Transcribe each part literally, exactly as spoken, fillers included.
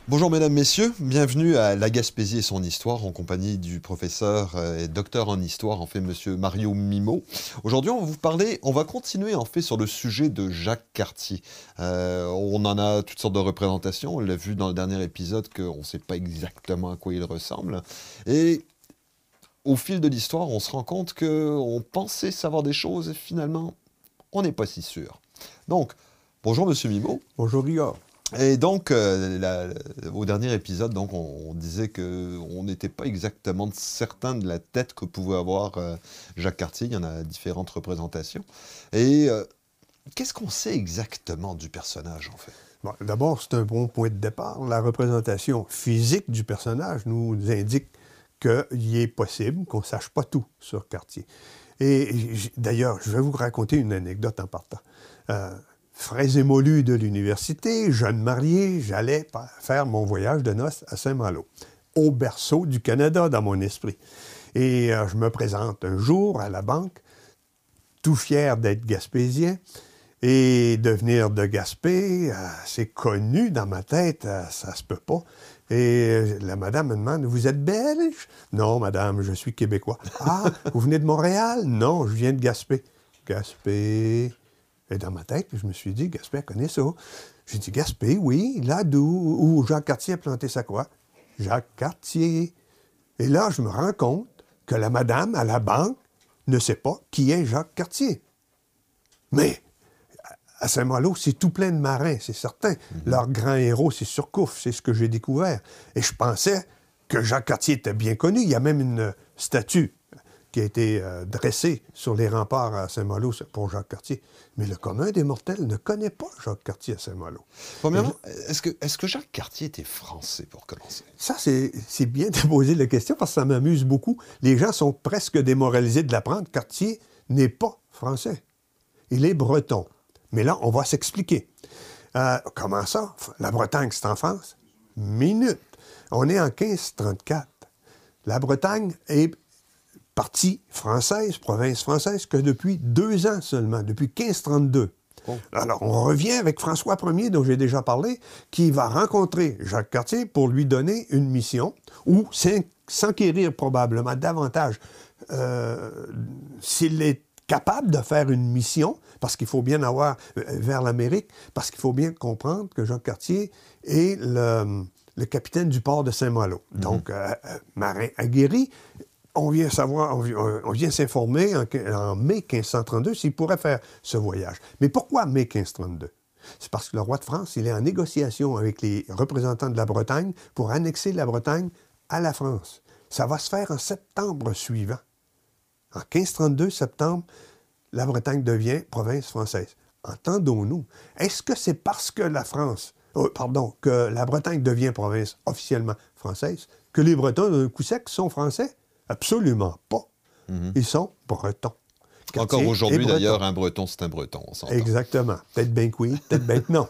Bonjour mesdames, messieurs, bienvenue à La Gaspésie et son histoire en compagnie du professeur euh, et docteur en histoire, en fait, monsieur Mario Mimo. Aujourd'hui, on va vous parler, on va continuer en fait sur le sujet de Jacques Cartier. Euh, on en a toutes sortes de représentations, on l'a vu dans le dernier épisode qu'on ne sait pas exactement à quoi il ressemble. Et au fil de l'histoire, on se rend compte qu'on pensait savoir des choses et finalement, on n'est pas si sûr. Donc, bonjour monsieur Mimo. Bonjour Rigard. Et donc, euh, la- au dernier épisode, donc, on, on disait qu'on n'était pas exactement certain de la tête que pouvait avoir euh, Jacques Cartier. Il y en a différentes représentations. Et euh, qu'est-ce qu'on sait exactement du personnage, en fait? Bon, d'abord, c'est un bon point de départ. La représentation physique du personnage nous indique qu'il est possible qu'on ne sache pas tout sur Cartier. Et j- d'ailleurs, je vais vous raconter une anecdote en partant. Euh, Frais émolu de l'université, jeune marié, j'allais pa- faire mon voyage de noces à Saint-Malo, au berceau du Canada dans mon esprit. Et euh, je me présente un jour à la banque, tout fier d'être gaspésien. Et de venir de Gaspé, euh, c'est connu dans ma tête, euh, ça se peut pas. Et euh, la madame me demande, vous êtes belge? Non, madame, je suis québécois. Ah, vous venez de Montréal? Non, je viens de Gaspé. Gaspé. Et dans ma tête, je me suis dit, Gaspé, elle connaît ça. J'ai dit, Gaspé, oui, là d'où où Jacques Cartier a planté sa croix. Jacques Cartier. Et là, je me rends compte que la madame à la banque ne sait pas qui est Jacques Cartier. Mais à Saint-Malo, c'est tout plein de marins, c'est certain. Mm-hmm. Leur grand héros, c'est Surcouf, c'est ce que j'ai découvert. Et je pensais que Jacques Cartier était bien connu. Il y a même une statue qui a été euh, dressée sur les remparts à Saint-Malo pour Jacques Cartier. Mais le commun des mortels ne connaît pas Jacques Cartier à Saint-Malo. Premièrement, est-ce que, est-ce que Jacques Cartier était français, pour commencer? Ça, c'est, c'est bien de poser la question parce que ça m'amuse beaucoup. Les gens sont presque démoralisés de l'apprendre. Cartier n'est pas français. Il est breton. Mais là, on va s'expliquer. Euh, comment ça? La Bretagne, c'est en France? Minute. On est en quinze trente-quatre. La Bretagne est partie française, province française, que depuis deux ans seulement, depuis quinze trente-deux. Oh. Alors, on revient avec François Ier, dont j'ai déjà parlé, qui va rencontrer Jacques Cartier pour lui donner une mission, ou s'enquérir probablement davantage euh, s'il est capable de faire une mission, parce qu'il faut bien avoir euh, vers l'Amérique, parce qu'il faut bien comprendre que Jacques Cartier est le, le capitaine du port de Saint-Malo. Mm-hmm. Donc, euh, euh, marin aguerri. On vient savoir, on vient, on vient s'informer en, en mai quinze trente-deux s'il pourrait faire ce voyage. Mais pourquoi mai quinze trente-deux? C'est parce que le roi de France, il est en négociation avec les représentants de la Bretagne pour annexer la Bretagne à la France. Ça va se faire en septembre suivant. En quinze trente-deux, septembre, la Bretagne devient province française. Entendons-nous. Est-ce que c'est parce que la France, oh, pardon, que la Bretagne devient province officiellement française que les Bretons, d'un coup sec, sont français? Absolument pas. Mm-hmm. Ils sont bretons. Cartier Encore aujourd'hui, d'ailleurs, un breton, c'est un breton, on s'entend. Exactement. Peut-être bien que oui, peut-être bien que non.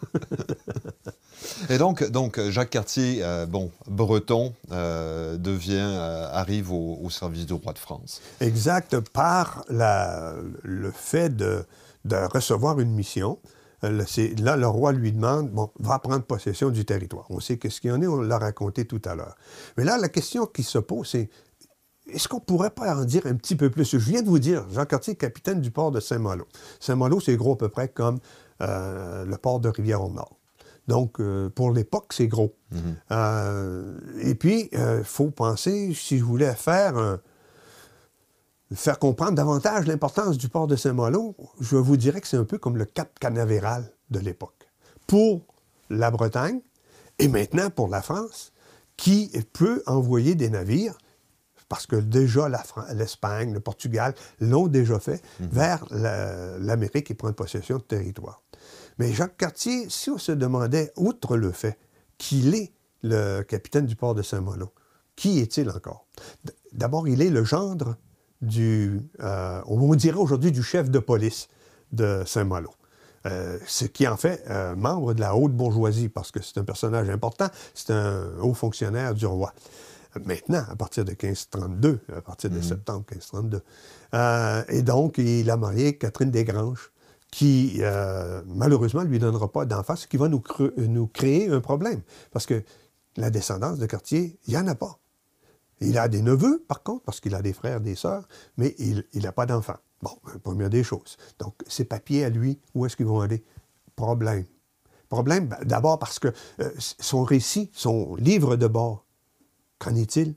Et donc, donc, Jacques Cartier, euh, bon, breton, euh, devient, euh, arrive au, au service du roi de France. Exact, par la, le fait de, de recevoir une mission. Là, le roi lui demande, bon, va prendre possession du territoire. On sait qu'est-ce qu'il y en est, on l'a raconté tout à l'heure. Mais là, la question qui se pose, c'est, est-ce qu'on pourrait pas en dire un petit peu plus? Je viens de vous dire, Jacques Cartier, capitaine du port de Saint-Malo. Saint-Malo, c'est gros à peu près comme euh, le port de Rivière-au-Nord. Donc, euh, pour l'époque, c'est gros. Mm-hmm. Euh, et puis, il euh, faut penser, si je voulais faire un, faire comprendre davantage l'importance du port de Saint-Malo, je vous dirais que c'est un peu comme le Cap Canaveral de l'époque. Pour la Bretagne, et maintenant pour la France, qui peut envoyer des navires, parce que déjà la Fran- l'Espagne, le Portugal l'ont déjà fait, mm-hmm. vers la, l'Amérique et prendre possession de territoire. Mais Jacques Cartier, si on se demandait, outre le fait qu'il est le capitaine du port de Saint-Malo, qui est-il encore? D'abord, il est le gendre du, euh, on dirait aujourd'hui du chef de police de Saint-Malo. Euh, ce qui en fait euh, membre de la haute bourgeoisie, parce que c'est un personnage important, c'est un haut fonctionnaire du roi. Maintenant, à partir de quinze trente-deux, à partir de mmh. septembre quinze trente-deux. Euh, et donc, il a marié Catherine Desgranges, qui, euh, malheureusement, ne lui donnera pas d'enfants, ce qui va nous, cre- nous créer un problème. Parce que la descendance de Cartier, il n'y en a pas. Il a des neveux, par contre, parce qu'il a des frères, des sœurs, mais il n'a pas d'enfants. Bon, première des choses. Donc, ses papiers à lui, où est-ce qu'ils vont aller? Problème. Problème, ben, d'abord parce que euh, son récit, son livre de bord, qu'en est-il?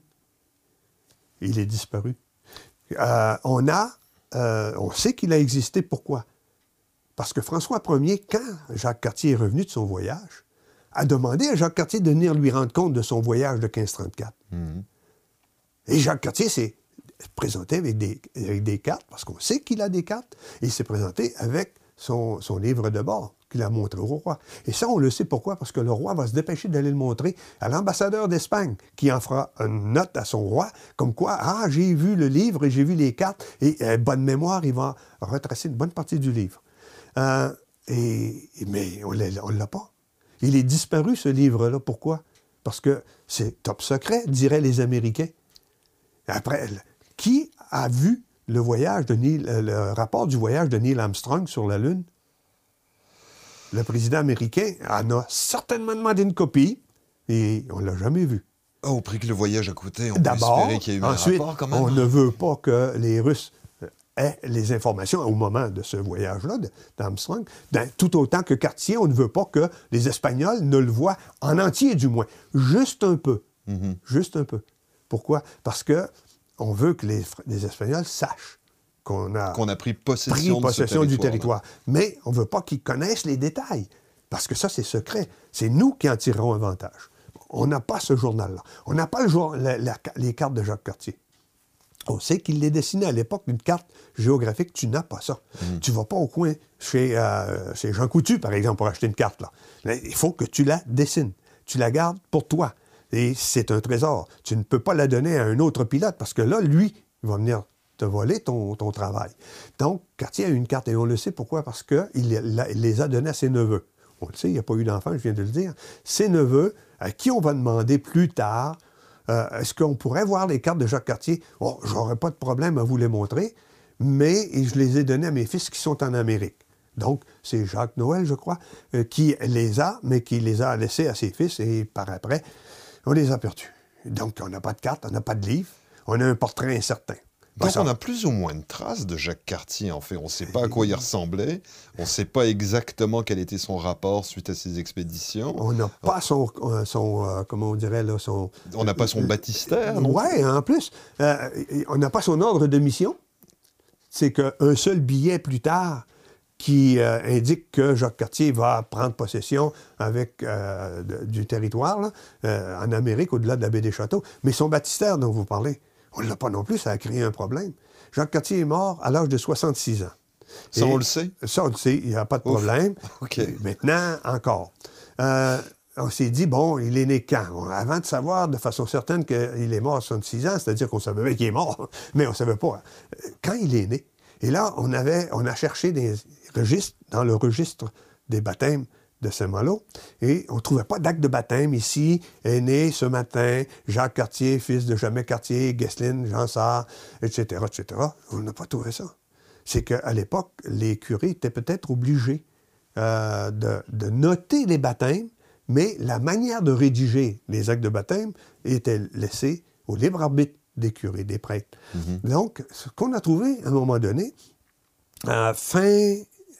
Il est disparu. Euh, on a, euh, on sait qu'il a existé. Pourquoi? Parce que François Ier, quand Jacques Cartier est revenu de son voyage, a demandé à Jacques Cartier de venir lui rendre compte de son voyage de quinze trente-quatre. Mmh. Et Jacques Cartier s'est présenté avec des, avec des cartes, parce qu'on sait qu'il a des cartes, et il s'est présenté avec son, son livre de bord qu'il a montré au roi. Et ça, on le sait pourquoi, parce que le roi va se dépêcher d'aller le montrer à l'ambassadeur d'Espagne, qui en fera une note à son roi, comme quoi, ah, j'ai vu le livre et j'ai vu les cartes, et euh, bonne mémoire, il va retracer une bonne partie du livre. Euh, et, mais on ne l'a pas. Il est disparu, ce livre-là. Pourquoi? Parce que c'est top secret, diraient les Américains. Après, qui a vu le voyage de Neil, le rapport du voyage de Neil Armstrong sur la Lune? Le président américain en a certainement demandé une copie et on ne l'a jamais vu. Oh, au prix que le voyage a coûté, on D'abord, peut espérer qu'il y a eu ensuite, un rapport quand même. on ne veut pas que les Russes aient les informations au moment de ce voyage-là d'Armstrong. Tout autant que Cartier, on ne veut pas que les Espagnols ne le voient en entier, du moins. Juste un peu. Mm-hmm. Juste un peu. Pourquoi? Parce que on veut que les, les Espagnols sachent qu'on a, qu'on a pris possession, pris possession de du territoire. Mais on ne veut pas qu'ils connaissent les détails, parce que ça, c'est secret. C'est nous qui en tirerons avantage. On n'a pas ce journal-là. On n'a pas le jour, la, la, les cartes de Jacques Cartier. On sait qu'il les dessinait à l'époque, une carte géographique, tu n'as pas ça. Mmh. Tu ne vas pas au coin chez, euh, chez Jean Coutu, par exemple, pour acheter une carte. Là. Il faut que tu la dessines. Tu la gardes pour toi. Et c'est un trésor. Tu ne peux pas la donner à un autre pilote, parce que là, lui, il va venir te voler ton, ton travail. Donc, Cartier a eu une carte, et on le sait pourquoi, parce qu'il les a données à ses neveux. On le sait, il n'y a pas eu d'enfant, je viens de le dire. Ses neveux, à qui on va demander plus tard, euh, est-ce qu'on pourrait voir les cartes de Jacques Cartier? Oh, j'aurais pas de problème à vous les montrer, mais je les ai données à mes fils qui sont en Amérique. Donc, c'est Jacques Noël, je crois, euh, qui les a, mais qui les a laissés à ses fils, et par après, on les a perdus. Donc, on n'a pas de carte, on n'a pas de livre, on a un portrait incertain. Donc, on a plus ou moins de traces de Jacques Cartier, en fait. On ne sait pas à quoi il ressemblait. On ne sait pas exactement quel était son rapport suite à ses expéditions. On n'a pas son, son euh, comment on dirait, là, son... On n'a pas son baptistère, non? Oui, en plus. Euh, on n'a pas son ordre de mission. C'est qu'un seul billet plus tard qui euh, indique que Jacques Cartier va prendre possession avec, euh, de, du territoire, là, euh, en Amérique, au-delà de la baie des Châteaux. Mais son baptistère dont vous parlez, on ne l'a pas non plus, ça a créé un problème. Jacques Cartier est mort à l'âge de soixante-six ans. Ça, Et on le sait? Ça, on le sait, il n'y a pas de Ouf. problème. Okay. Maintenant, encore. Euh, on s'est dit, bon, il est né quand? Bon, avant de savoir de façon certaine qu'il est mort à soixante-six ans, c'est-à-dire qu'on savait bien qu'il est mort, mais on ne savait pas quand il est né. Et là, on, avait, on a cherché des registres, dans le registre des baptêmes de Saint-Malo, et on ne trouvait pas d'acte de baptême. Ici est né ce matin Jacques Cartier, fils de Jamais Cartier, Guesseline, Jean Sart, et cetera, et cetera. On n'a pas trouvé ça. C'est qu'à l'époque, les curés étaient peut-être obligés euh, de, de noter les baptêmes, mais la manière de rédiger les actes de baptême était laissée au libre arbitre des curés, des prêtres. Mm-hmm. Donc, ce qu'on a trouvé à un moment donné, à fin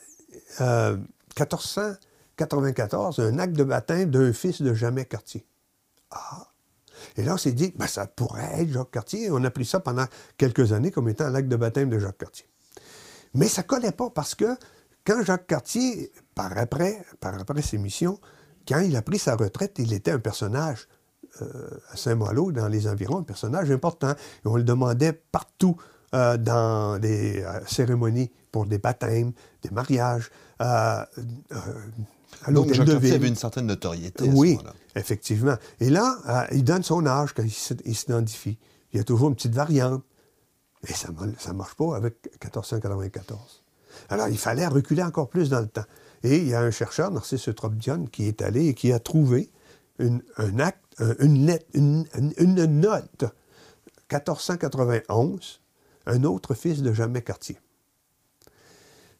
euh, quatorze cent quatre-vingt-quatorze, un acte de baptême d'un fils de Jamais Cartier. Ah! Et là, on s'est dit, ben, ça pourrait être Jacques Cartier. On a pris ça pendant quelques années comme étant l'acte de baptême de Jacques Cartier. Mais ça ne collait pas parce que quand Jacques Cartier, par après, par après ses missions, quand il a pris sa retraite, il était un personnage euh, à Saint-Malo, dans les environs, un personnage important. Et on le demandait partout euh, dans des euh, cérémonies pour des baptêmes, des mariages, euh, euh, à Donc, Jacques de Cartier ville. avait une certaine notoriété à oui, ce moment-là. Effectivement. Et là, euh, il donne son âge quand il s'identifie. Il y a toujours une petite variante. Et ça ne marche pas avec quatorze cent quatre-vingt-quatorze. Alors, il fallait reculer encore plus dans le temps. Et il y a un chercheur, Narcisse Eutrope Dionne, qui est allé et qui a trouvé une, un acte, une, lettre, une, une note, quatorze cent quatre-vingt-onze, un autre fils de Jamais Cartier.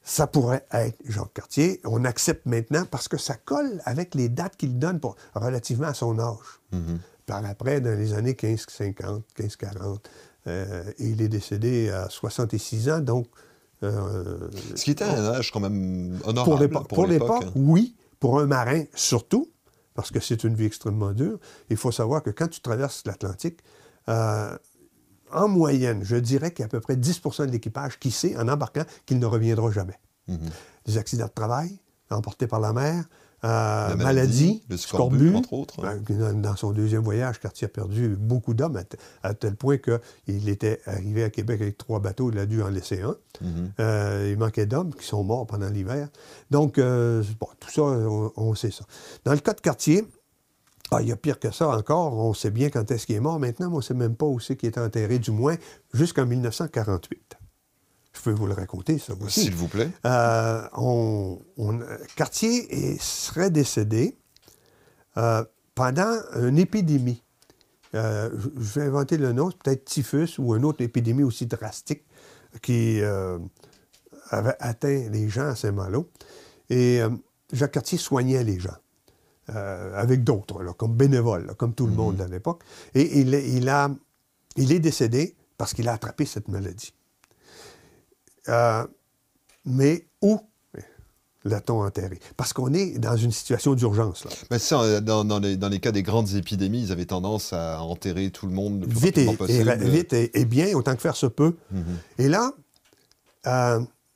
ça pourrait être Jacques Cartier. On accepte maintenant parce que ça colle avec les dates qu'il donne pour, relativement à son âge. Mm-hmm. Par après, dans les années quinze cinquante, quinze quarante, euh, il est décédé à soixante-six ans, donc... Euh, Ce qui était un âge quand même honorable pour l'époque. pour Pour l'époque. l'époque, oui. Pour un marin, surtout, parce que c'est une vie extrêmement dure. Il faut savoir que quand tu traverses l'Atlantique, euh, en moyenne, je dirais qu'il y a à peu près dix pour cent de l'équipage qui sait, en embarquant, qu'il ne reviendra jamais. Mm-hmm. Des accidents de travail, emportés par la mer, euh, la maladie, maladie, le scorbut, scorbut, entre autres. Hein. Dans, dans son deuxième voyage, Cartier a perdu beaucoup d'hommes, à, à tel point qu'il était arrivé à Québec avec trois bateaux, il a dû en laisser un. Mm-hmm. euh, il manquait d'hommes qui sont morts pendant l'hiver. Donc, euh, bon, tout ça, on, on sait ça. Dans le cas de Cartier, ah, il y a pire que ça encore. On sait bien quand est-ce qu'il est mort maintenant, mais on ne sait même pas où c'est qu'il est enterré, du moins jusqu'en mille neuf cent quarante-huit. Je peux vous le raconter, ça aussi. S'il vous plaît. Euh, on, on, Cartier est, serait décédé euh, pendant une épidémie. Euh, je vais inventer le nom, c'est peut-être typhus ou une autre épidémie aussi drastique qui euh, avait atteint les gens à Saint-Malo. Et euh, Jacques Cartier soignait les gens. Euh, avec d'autres, là, comme bénévoles, là, comme tout le mmh. monde à l'époque. Et il, il, a, il est décédé parce qu'il a attrapé cette maladie. Euh, mais où l'a-t-on enterré? Parce qu'on est dans une situation d'urgence. Là. Mais ça, dans, dans, les, dans les cas des grandes épidémies, ils avaient tendance à enterrer tout le monde le plus vite rapidement et, possible. Et, vite et, et bien, autant que faire se peut. Mm-hmm. Et là, euh,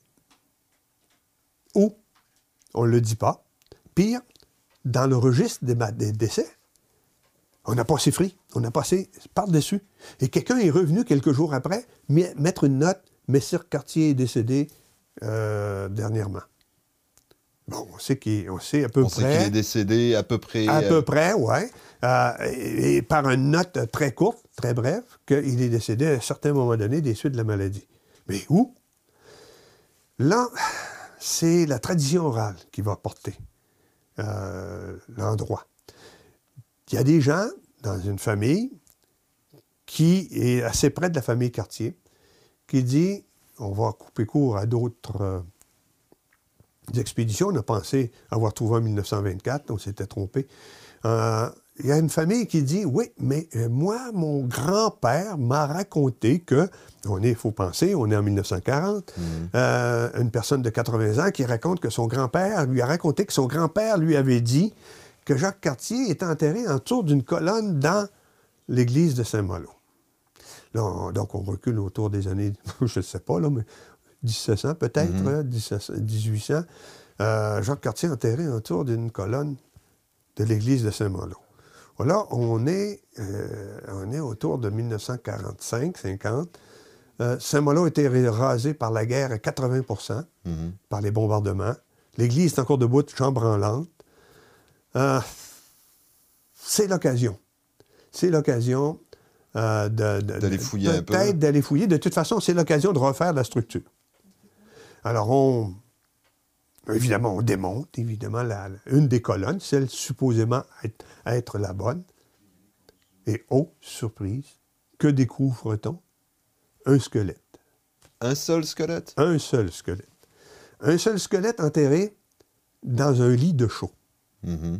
où? On ne le dit pas. Pire, dans le registre des, des décès, on a passé free, on a passé par-dessus. Et quelqu'un est revenu quelques jours après mettre une note. Messire Cartier est décédé euh, dernièrement. Bon, on sait qu'il on sait à peu on près... On sait qu'il est décédé à peu près... À euh... peu près, oui. Euh, et, et par une note très courte, très brève, qu'il est décédé à un certain moment donné des suites de la maladie. Mais où? Là, c'est la tradition orale qui va porter euh, l'endroit. Il y a des gens dans une famille qui est assez près de la famille Cartier, qui dit, on va couper court à d'autres euh, expéditions. On a pensé avoir trouvé en mille neuf cent vingt-quatre, on s'était trompé. Euh, il y a une famille qui dit, oui, mais euh, moi, mon grand-père m'a raconté que, on est, il faut penser, on est en mille neuf cent quarante, mmh. euh, une personne de quatre-vingts ans qui raconte que son grand-père lui a raconté que son grand-père lui avait dit que Jacques Cartier était enterré autour d'une colonne dans l'église de Saint-Malo. Là, on, donc, on recule autour des années, je ne sais pas, là, mais dix-sept cents peut-être, mm-hmm. hein, dix-huit cents. Euh, Jacques Cartier enterré autour d'une colonne de l'église de Saint-Malo. Voilà, on est, euh, on est autour de mille neuf cent quarante-cinq cinquante. Euh, Saint-Malo a été rasé par la guerre à quatre-vingts pour cent, mm-hmm. par les bombardements. L'église est encore debout, chambranlante. Euh, c'est l'occasion. C'est l'occasion... Euh, de, de, d'aller fouiller un peu. Peut-être d'aller fouiller. De toute façon, c'est l'occasion de refaire la structure. Alors, on... Évidemment, on démonte, évidemment, la, une des colonnes, celle supposément être, être la bonne. Et, oh, surprise, que découvre-t-on? Un squelette. Un seul squelette? Un seul squelette. Un seul squelette enterré dans un lit de chaux. Mm-hmm.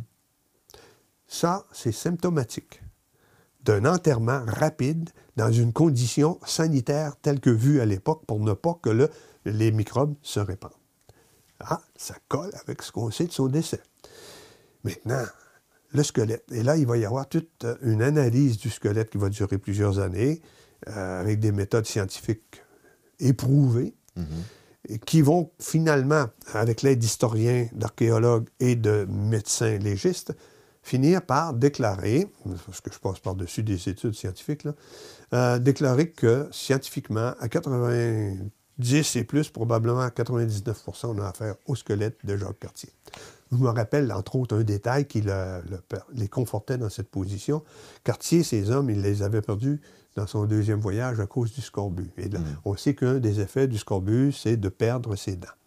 Ça, c'est symptomatique d'un enterrement rapide dans une condition sanitaire telle que vue à l'époque pour ne pas que le, les microbes se répandent. Ah, ça colle avec ce qu'on sait de son décès. Maintenant, le squelette. Et là, il va y avoir toute une analyse du squelette qui va durer plusieurs années, euh, avec des méthodes scientifiques éprouvées, mm-hmm. et qui vont finalement, avec l'aide d'historiens, d'archéologues et de médecins légistes, finir par déclarer, parce que je passe par-dessus des études scientifiques, là, euh, déclarer que scientifiquement, à quatre-vingt-dix et plus, probablement à quatre-vingt-dix-neuf pour cent, on a affaire au squelette de Jacques Cartier. Je me rappelle, entre autres, un détail qui le, le, les confortait dans cette position. Cartier, ces hommes, il les avait perdus dans son deuxième voyage à cause du scorbut. Et là, mmh. on sait qu'un des effets du scorbut, c'est de perdre ses dents.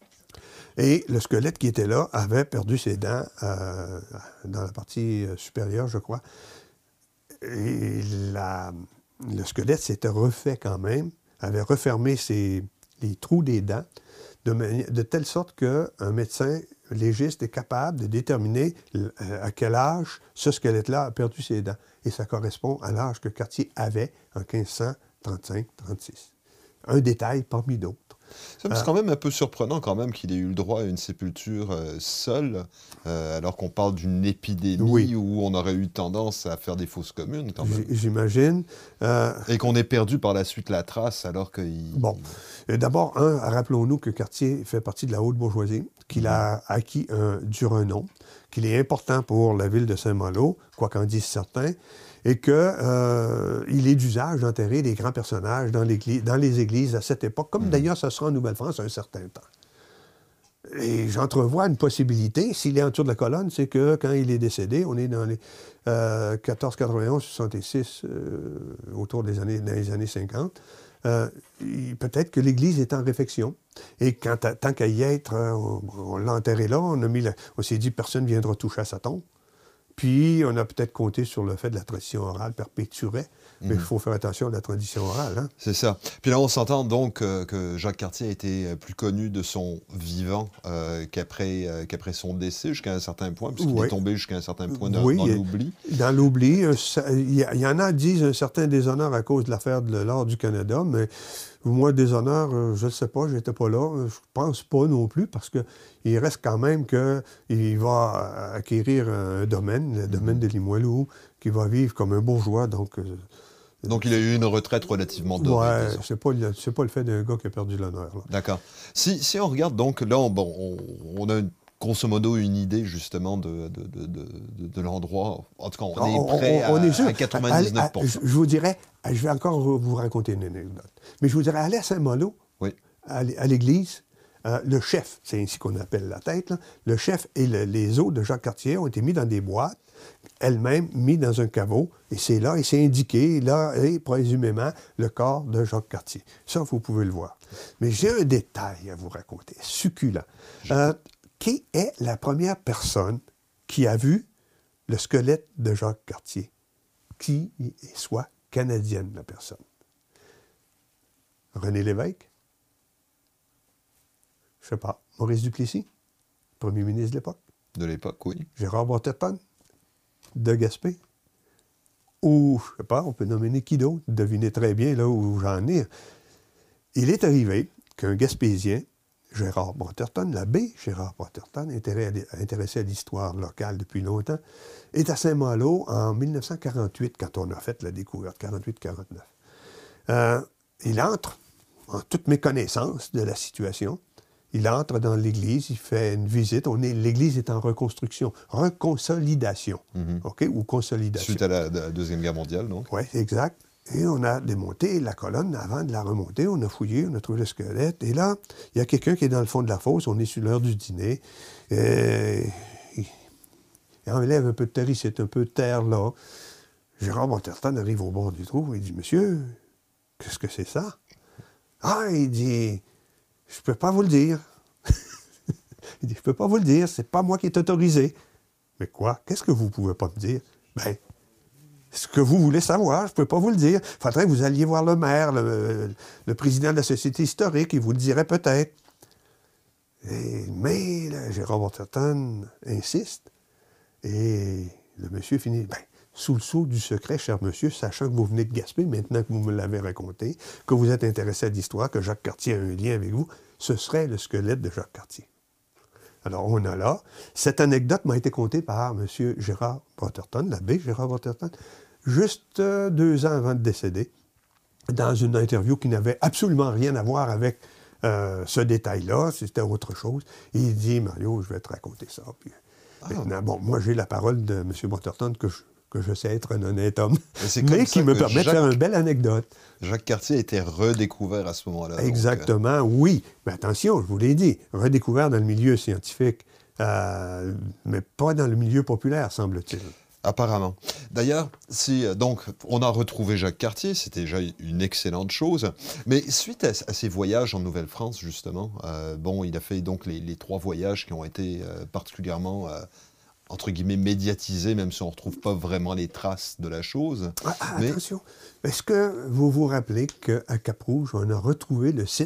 Et le squelette qui était là avait perdu ses dents euh, dans la partie supérieure, je crois. Et la, le squelette s'était refait quand même, avait refermé ses, les trous des dents. de, de telle sorte qu'un médecin légiste est capable de déterminer euh, à quel âge ce squelette-là a perdu ses dents. Et ça correspond à l'âge que Cartier avait en quinze cent trente-cinq trente-six. Un détail parmi d'autres. C'est euh, quand même un peu surprenant quand même qu'il ait eu le droit à une sépulture euh, seule, euh, alors qu'on parle d'une épidémie oui. où on aurait eu tendance à faire des fausses communes quand même. J'imagine. Euh, Et qu'on ait perdu par la suite la trace alors qu'il... Bon. D'abord, un, rappelons-nous que Cartier fait partie de la haute bourgeoisie, qu'il mmh. a acquis un, du renom, qu'il est important pour la ville de Saint-Malo, quoi qu'en disent certains, et qu'il euh, est d'usage d'enterrer des grands personnages dans, dans les églises à cette époque, comme mmh. d'ailleurs ça sera en Nouvelle-France un certain temps. Et j'entrevois une possibilité, s'il est en dessous de la colonne, c'est que quand il est décédé, on est dans les euh, quatorze quatre-vingt-onze soixante-six, euh, autour des années, dans les années cinquante, euh, peut-être que l'Église est en réfection. Et quand, tant qu'à y être, on, on l'a enterré là, on, a mis la, on s'est dit personne ne viendra toucher à sa tombe. Puis, on a peut-être compté sur le fait que la tradition orale perpétuerait. Mais il mmh. faut faire attention à la tradition orale. Hein? C'est ça. Puis là, on s'entend donc euh, que Jacques Cartier a été plus connu de son vivant euh, qu'après, euh, qu'après son décès, jusqu'à un certain point, puisqu'il oui. est tombé jusqu'à un certain point dans, oui, dans l'oubli. Dans l'oubli. Il y, y en a qui disent un certain déshonneur à cause de l'affaire de l'or du Canada, mais moi, déshonneur, je ne sais pas, je n'étais pas là. Je pense pas non plus, parce qu'il reste quand même qu'il va acquérir un domaine, le domaine mmh. de Limoilou, qui va vivre comme un bourgeois, donc... Donc, il a eu une retraite relativement dorée. Oui, c'est pas, c'est pas le fait d'un gars qui a perdu l'honneur. D'accord. Si, si on regarde, donc, là, on, bon, on, on a une, grosso modo une idée, justement, de, de, de, de, de l'endroit. En tout cas, on est prêt on, on, on à, est à quatre-vingt-dix-neuf pour cent. À, à, je, je vous dirais, je vais encore vous raconter une anecdote, mais je vous dirais, aller à Saint-Malo, oui. à, à l'église, euh, le chef, c'est ainsi qu'on appelle la tête, là, le chef et le, les os de Jacques Cartier ont été mis dans des boîtes, elle-même mis dans un caveau, et c'est là, et c'est indiqué, là est présumément le corps de Jacques Cartier. Ça, vous pouvez le voir. Mais j'ai un détail à vous raconter, succulent. Euh, qui est la première personne qui a vu le squelette de Jacques Cartier? Qui soit canadienne, la personne? René Lévesque? Je sais pas. Maurice Duplessis? Premier ministre de l'époque? De l'époque, oui. Gérard Waterton? De Gaspé, ou, je ne sais pas, on peut nommer qui d'autre, devinez très bien là où j'en ai. Il est arrivé qu'un Gaspésien, Gérard Waterton, l'abbé Gérard Waterton, intéressé à l'histoire locale depuis longtemps, est à Saint-Malo en mille neuf cent quarante-huit, quand on a fait la découverte, quarante-huit quarante-neuf. Euh, il entre, en toute méconnaissance de la situation, il entre dans l'église, il fait une visite. On est, l'église est en reconstruction, reconsolidation, mm-hmm. OK, ou consolidation. Suite à la, la Deuxième Guerre mondiale, donc. Oui, exact. Et on a démonté la colonne avant de la remonter. On a fouillé, on a trouvé le squelette. Et là, il y a quelqu'un qui est dans le fond de la fosse. On est sur l'heure du dîner. Et il enlève un peu de terre ici, un peu de terre là. Gérard Waterton arrive au bord du trou. Il dit, monsieur, qu'est-ce que c'est ça? Ah, il dit... Je ne peux pas vous le dire. Il dit, je ne peux pas vous le dire, c'est pas moi qui est autorisé. Mais quoi? Qu'est-ce que vous ne pouvez pas me dire? Bien, ce que vous voulez savoir, je ne peux pas vous le dire. Il faudrait que vous alliez voir le maire, le, le président de la Société historique, il vous le dirait peut-être. Et, mais là, Gérard Waterton insiste, et le monsieur finit, bien, sous le sceau du secret, cher monsieur, sachant que vous venez de Gaspé, maintenant que vous me l'avez raconté, que vous êtes intéressé à l'histoire, que Jacques Cartier a un lien avec vous, ce serait le squelette de Jacques Cartier. Alors, on a là. Cette anecdote m'a été contée par M. Gérard Waterton, l'abbé Gérard Waterton, juste euh, deux ans avant de décéder, dans une interview qui n'avait absolument rien à voir avec euh, ce détail-là, c'était autre chose. Et il dit, Mario, je vais te raconter ça. Puis, ah. Maintenant, bon, moi, j'ai la parole de M. Waterton que je que je sais être un honnête homme, mais, mais qui me permet Jacques, de faire une belle anecdote. Jacques Cartier a été redécouvert à ce moment-là. Exactement, donc, euh... oui. Mais attention, je vous l'ai dit, redécouvert dans le milieu scientifique, euh, mais pas dans le milieu populaire, semble-t-il. Apparemment. D'ailleurs, si, donc, on a retrouvé Jacques Cartier, c'était déjà une excellente chose. Mais suite à, à ses voyages en Nouvelle-France, justement, euh, bon, il a fait donc les, les trois voyages qui ont été euh, particulièrement... Euh, entre guillemets, médiatisé, même si on ne retrouve pas vraiment les traces de la chose. Ah, ah, mais... Attention, est-ce que vous vous rappelez qu'à Cap-Rouge, on a retrouvé le site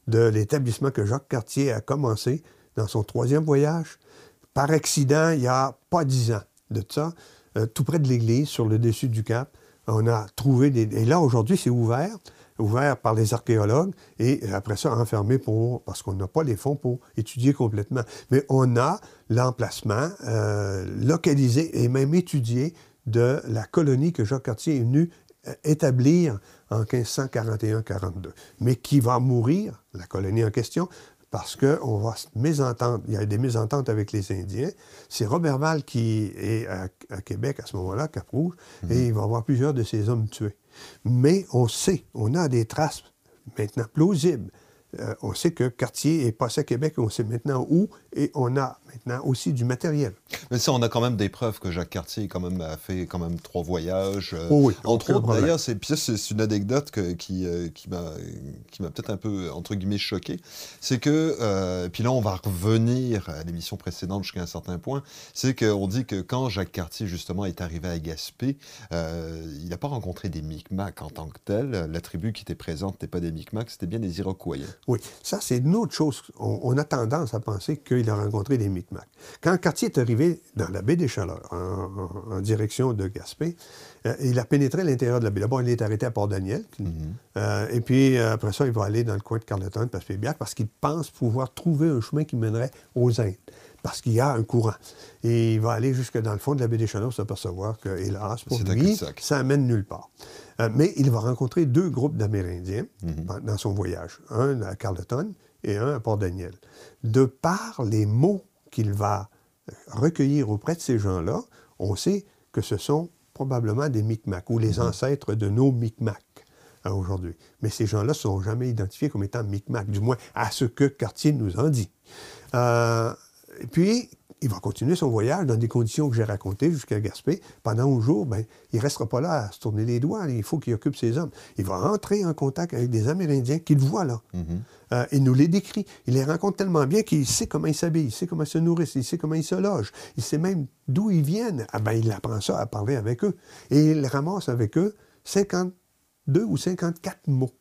de l'établissement que Jacques Cartier a commencé dans son troisième voyage, par accident, il n'y a pas dix ans de ça, euh, tout près de l'église, sur le dessus du cap. On a trouvé des... Et là, aujourd'hui, c'est ouvert, ouvert par les archéologues, et après ça, enfermé pour... parce qu'on n'a pas les fonds pour étudier complètement. Mais on a l'emplacement euh, localisé et même étudié de la colonie que Jacques Cartier est venu euh, établir en quinze cent quarante et un quarante-deux, mais qui va mourir, la colonie en question, parce qu'on va se mésentendre. Il y a des mésententes avec les Indiens. C'est Roberval qui est à, à Québec à ce moment-là, Cap-Rouge, mmh. et il va avoir plusieurs de ses hommes tués. Mais on sait, on a des traces maintenant plausibles. Euh, on sait que Cartier est passé à Québec, on sait maintenant où, et on a maintenant aussi du matériel. Mais ça, on a quand même des preuves que Jacques Cartier quand même, a fait quand même trois voyages. Euh, oh oui, entre autres, d'ailleurs, c'est, puis ça, c'est une anecdote que, qui, euh, qui m'a, qui m'a peut-être un peu, entre guillemets, choqué. C'est que, euh, puis là, on va revenir à l'émission précédente jusqu'à un certain point, c'est qu'on dit que quand Jacques Cartier, justement, est arrivé à Gaspé, euh, il n'a pas rencontré des Micmacs en tant que tels. La tribu qui était présente n'était pas des Micmacs, c'était bien des Iroquois. Oui, ça, c'est une autre chose. On, on a tendance à penser qu'il a rencontré des Micmacs. Quand Cartier est arrivé dans la baie des Chaleurs, en, en, en direction de Gaspé, euh, il a pénétré l'intérieur de la baie. D'abord, il est arrêté à Port-Daniel. Mm-hmm. euh, et puis, euh, après ça, il va aller dans le coin de Carleton, Passepébiac, parce qu'il pense pouvoir trouver un chemin qui mènerait aux Indes, parce qu'il y a un courant. Et il va aller jusque dans le fond de la baie des Chaleurs, s'apercevoir que, hélas, pour c'est lui, ça amène nulle part. Euh, mais il va rencontrer deux groupes d'Amérindiens mm-hmm. dans son voyage, un à Carleton et un à Port-Daniel. De par les mots qu'il va recueillir auprès de ces gens-là, on sait que ce sont probablement des Micmacs ou les mm-hmm. ancêtres de nos Micmacs hein, aujourd'hui. Mais ces gens-là ne sont jamais identifiés comme étant Micmacs, du moins à ce que Cartier nous en dit. Euh, et puis, il va continuer son voyage dans des conditions que j'ai racontées jusqu'à Gaspé. Pendant un jour, ben, il ne restera pas là à se tourner les doigts. Il faut qu'il occupe ses hommes. Il va entrer en contact avec des Amérindiens qu'il voit là. Mm-hmm. Euh, il nous les décrit. Il les rencontre tellement bien qu'il sait comment ils s'habillent, il sait comment ils se nourrissent, il sait comment ils se logent. Il sait même d'où ils viennent. Ah ben, il apprend ça à parler avec eux. Et il ramasse avec eux cinquante-deux ou cinquante-quatre mots.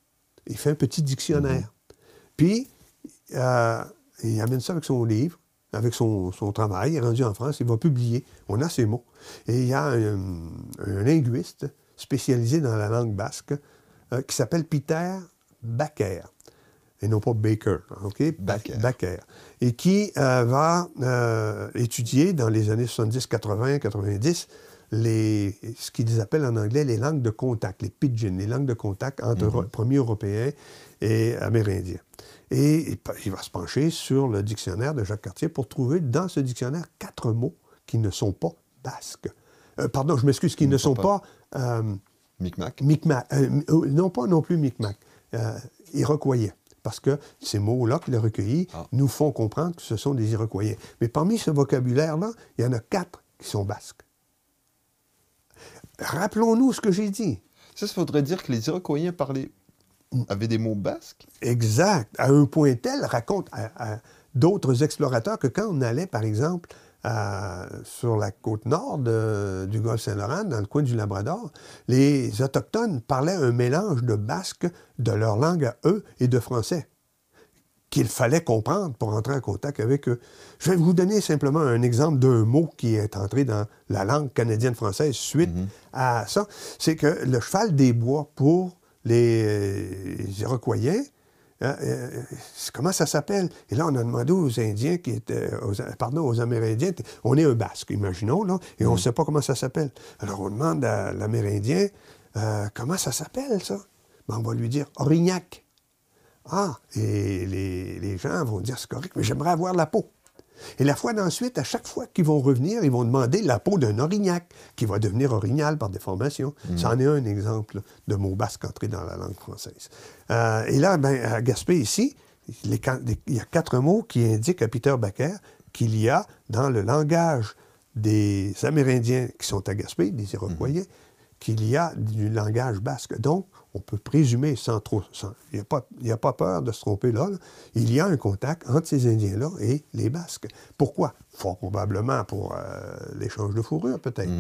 Il fait un petit dictionnaire. Mm-hmm. Puis, euh, il amène ça avec son livre. Avec son, son travail, il est rendu en France, il va publier. On a ces mots. Et il y a un, un linguiste spécialisé dans la langue basque euh, qui s'appelle Peter Baker, et non pas Baker, OK? Baker. Baker. Et qui euh, va euh, étudier dans les années soixante-dix, quatre-vingts, quatre-vingt-dix les, ce qu'ils appellent en anglais les langues de contact, les pidgins, les langues de contact entre mm-hmm. premiers Européens et Amérindiens. Et il va se pencher sur le dictionnaire de Jacques Cartier pour trouver dans ce dictionnaire quatre mots qui ne sont pas basques. Euh, pardon, je m'excuse, qui Ils ne sont pas... pas euh, Micmac. Micmac. Euh, non pas non plus Micmac. Euh, Iroquois. Parce que ces mots-là qu'il a recueillis ah. nous font comprendre que ce sont des Iroquois. Mais parmi ce vocabulaire-là, il y en a quatre qui sont basques. Rappelons-nous ce que j'ai dit. Ça, ça voudrait dire que les Iroquois parlaient... avaient des mots basques? Exact. À un point tel, raconte à, à d'autres explorateurs que quand on allait, par exemple, à, sur la côte nord de, du golfe Saint-Laurent, dans le coin du Labrador, les Autochtones parlaient un mélange de basque, de leur langue à eux, et de français, qu'il fallait comprendre pour entrer en contact avec eux. Je vais vous donner simplement un exemple d'un mot qui est entré dans la langue canadienne-française suite mm-hmm. à ça. C'est que le cheval des bois, pour les Iroquois, euh, euh, comment ça s'appelle? Et là, on a demandé aux Indiens, qui étaient, aux, pardon, aux Amérindiens, on est un Basque, imaginons, là, et mm. on ne sait pas comment ça s'appelle. Alors, on demande à l'Amérindien, euh, comment ça s'appelle, ça? Ben, on va lui dire Orignac. Ah, et les, les gens vont dire, c'est correct, mais j'aimerais avoir la peau. Et la fois d'ensuite, à chaque fois qu'ils vont revenir, ils vont demander la peau d'un Orignac, qui va devenir Orignal par déformation. Mmh. Ça en est un exemple de mot basque entré dans la langue française. Euh, et là, ben, à Gaspé, ici, les, il y a quatre mots qui indiquent à Peter Baker qu'il y a dans le langage des Amérindiens qui sont à Gaspé, des Iroquois, mmh. qu'il y a du langage basque. Donc, on peut présumer sans trop... Sans, il n'y a, a pas peur de se tromper là, là. Il y a un contact entre ces Indiens-là et les Basques. Pourquoi? Fort probablement pour euh, l'échange de fourrure, peut-être. Mmh.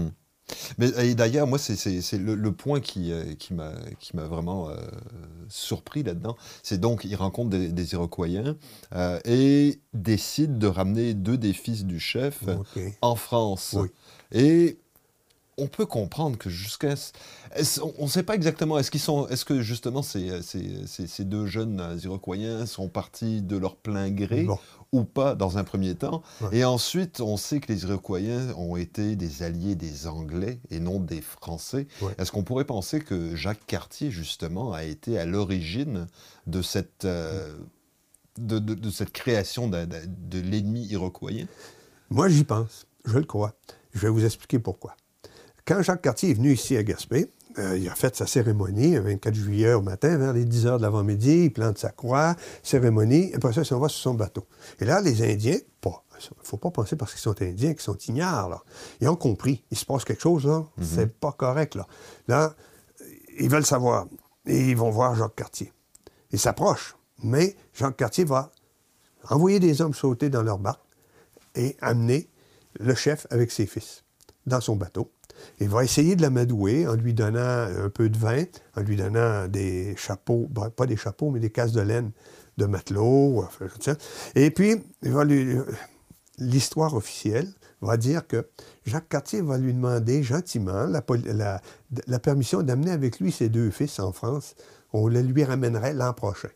Mais et d'ailleurs, moi, c'est c'est- c'est le, le point qui, euh, qui m'a qui m'a vraiment euh, surpris là-dedans. C'est donc, il rencontre des, des Iroquois euh, et décide de ramener deux des fils du chef OK. en France. Oui. Et on peut comprendre que jusqu'à... est-ce- On ne sait pas exactement, est-ce qu'ils sont, est-ce que justement ces, ces, ces- ces deux jeunes euh, Iroquois sont partis de leur plein gré Bon. ou pas dans un premier temps. Ouais. Et ensuite, on sait que les Iroquois ont été des alliés des Anglais et non des Français. Ouais. Est-ce qu'on pourrait penser que Jacques Cartier, justement, a été à l'origine de cette... euh, de, de- de cette création de, de- de l'ennemi iroquois? Moi, j'y pense. Je le crois. Je vais vous expliquer pourquoi. Quand Jacques Cartier est venu ici à Gaspé, euh, il a fait sa cérémonie le vingt-quatre juillet au matin, vers les dix heures de l'avant-midi, il plante sa croix, cérémonie, et après ça, il s'en va sur son bateau. Et là, les Indiens, pas, il ne faut pas penser parce qu'ils sont Indiens qu'ils sont ignares, là. Ils ont compris. Il se passe quelque chose, là. Mm-hmm. C'est pas correct, là. Là, ils veulent savoir. Et ils vont voir Jacques Cartier. Ils s'approchent. Mais Jacques Cartier va envoyer des hommes sauter dans leur barque et amener le chef avec ses fils dans son bateau. Il va essayer de l'amadouer en lui donnant un peu de vin, en lui donnant des chapeaux, ben, pas des chapeaux, mais des casques de laine de matelot. Enfin, et puis, il va lui, l'histoire officielle va dire que Jacques Cartier va lui demander gentiment la, la, la permission d'amener avec lui ses deux fils en France. On le lui ramènerait l'an prochain.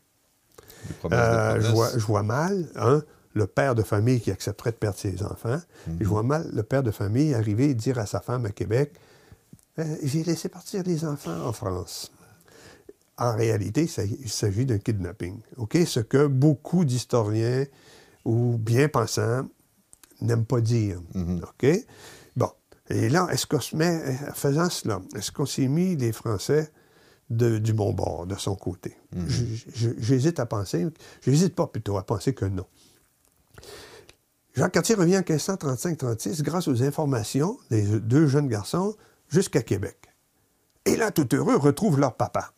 Euh, je, vois, je vois mal, hein, le père de famille qui accepterait de perdre ses enfants. Mm-hmm. Je vois mal le père de famille arriver et dire à sa femme à Québec euh, « J'ai laissé partir les enfants en France ». En réalité, ça, il s'agit d'un kidnapping. Okay? Ce que beaucoup d'historiens ou bien-pensants n'aiment pas dire. Mm-hmm. Okay? Bon. Et là, est-ce qu'on se met, en faisant cela, est-ce qu'on s'est mis les Français de, du bon bord, de son côté? Mm-hmm. J'hésite à penser, j'hésite pas plutôt à penser que non. Jacques Cartier revient en quinze cent trente-cinq trente-six grâce aux informations des deux jeunes garçons jusqu'à Québec. Et là, tout heureux, retrouvent leur papa.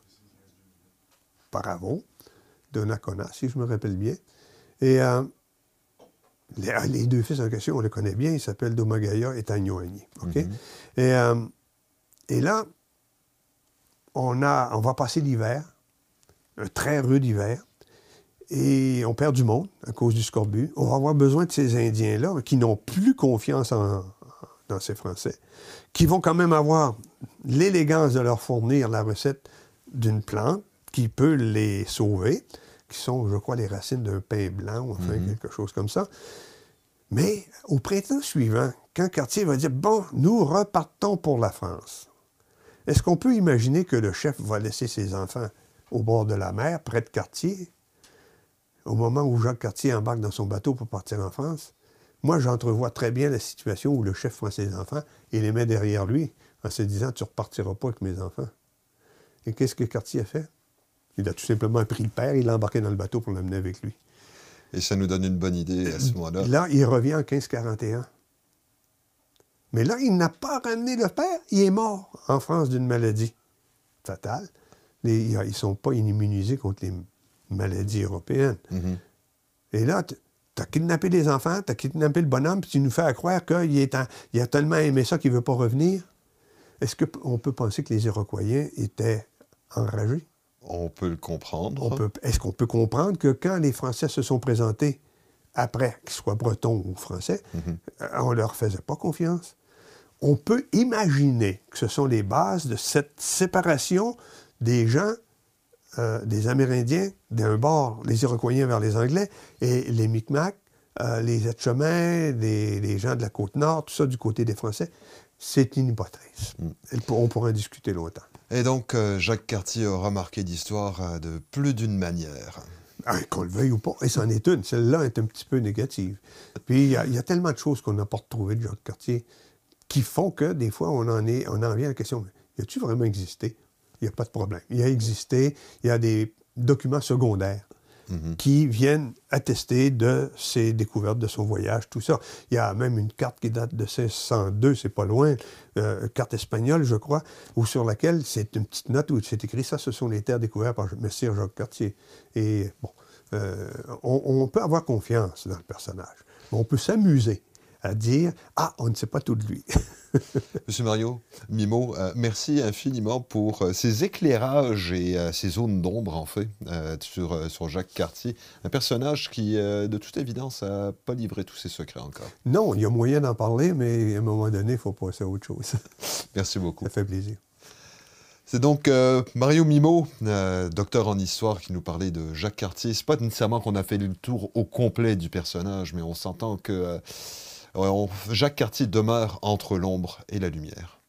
Bravo, Donnacona, si je me rappelle bien. Et euh, les, les deux fils en question, on les connaît bien, ils s'appellent Domagaya et Tagnoagny. Okay? Mm-hmm. Et, euh, et là, on, a, on va passer l'hiver, un très rude hiver. Et on perd du monde à cause du scorbut. On va avoir besoin de ces Indiens-là qui n'ont plus confiance en, dans ces Français, qui vont quand même avoir l'élégance de leur fournir la recette d'une plante qui peut les sauver, qui sont, je crois, les racines d'un pain blanc, ou enfin mm-hmm. quelque chose comme ça. Mais au printemps suivant, quand Cartier va dire « Bon, nous repartons pour la France », est-ce qu'on peut imaginer que le chef va laisser ses enfants au bord de la mer, près de Cartier, au moment où Jacques Cartier embarque dans son bateau pour partir en France? Moi, j'entrevois très bien la situation où le chef prend ses enfants et les met derrière lui en se disant « Tu ne repartiras pas avec mes enfants ». Et qu'est-ce que Cartier a fait? Il a tout simplement pris le père et il l'a embarqué dans le bateau pour l'amener avec lui. Et ça nous donne une bonne idée à ce moment-là. Là, il revient en quinze quarante et un. Mais là, il n'a pas ramené le père. Il est mort en France d'une maladie fatale. Les, ils ne sont pas immunisés contre les maladies européennes. Mm-hmm. Et là, tu as kidnappé les enfants, tu as kidnappé le bonhomme, puis tu nous fais croire qu'il est en, il a tellement aimé ça qu'il ne veut pas revenir. Est-ce qu'on peut penser que les Iroquois étaient enragés? On peut le comprendre. On peut, est-ce qu'on peut comprendre que quand les Français se sont présentés, après qu'ils soient bretons ou français, mm-hmm. on ne leur faisait pas confiance? On peut imaginer que ce sont les bases de cette séparation des gens, euh, des Amérindiens, d'un bord, les Iroquois vers les Anglais, et les Micmacs, euh, les Etchemins, les, les gens de la Côte-Nord, tout ça du côté des Français. C'est une hypothèse. Mm. On pourra en discuter longtemps. Et donc, euh, Jacques Cartier aura marqué d'histoire euh, de plus d'une manière. Ah, qu'on le veuille ou pas, et c'en est une. Celle-là est un petit peu négative. Puis, il y, y a tellement de choses qu'on n'a pas retrouvées de Jacques Cartier qui font que, des fois, on en, est, on en vient à la question, y a-t-il vraiment existé? Il n'y a pas de problème. Il a existé, il y a des documents secondaires mm-hmm. qui viennent attester de ses découvertes, de son voyage, tout ça. Il y a même une carte qui date de seize cent deux, c'est pas loin, euh, carte espagnole, je crois, où sur laquelle c'est une petite note où c'est écrit « Ça, ce sont les terres découvertes par Messire Jacques Cartier ». Et bon, euh, on, on peut avoir confiance dans le personnage, mais on peut s'amuser à dire « Ah, on ne sait pas tout de lui ». Monsieur Mario Mimo, euh, merci infiniment pour euh, ces éclairages et euh, ces zones d'ombre, en fait, euh, sur, euh, sur Jacques Cartier. Un personnage qui, euh, de toute évidence, n'a pas livré tous ses secrets encore. Non, il y a moyen d'en parler, mais à un moment donné, il faut passer à autre chose. Merci beaucoup. Ça fait plaisir. C'est donc euh, Mario Mimo, euh, docteur en histoire, qui nous parlait de Jacques Cartier. C'est pas nécessairement qu'on a fait le tour au complet du personnage, mais on s'entend que euh, on- Jacques Cartier demeure entre l'ombre et la lumière.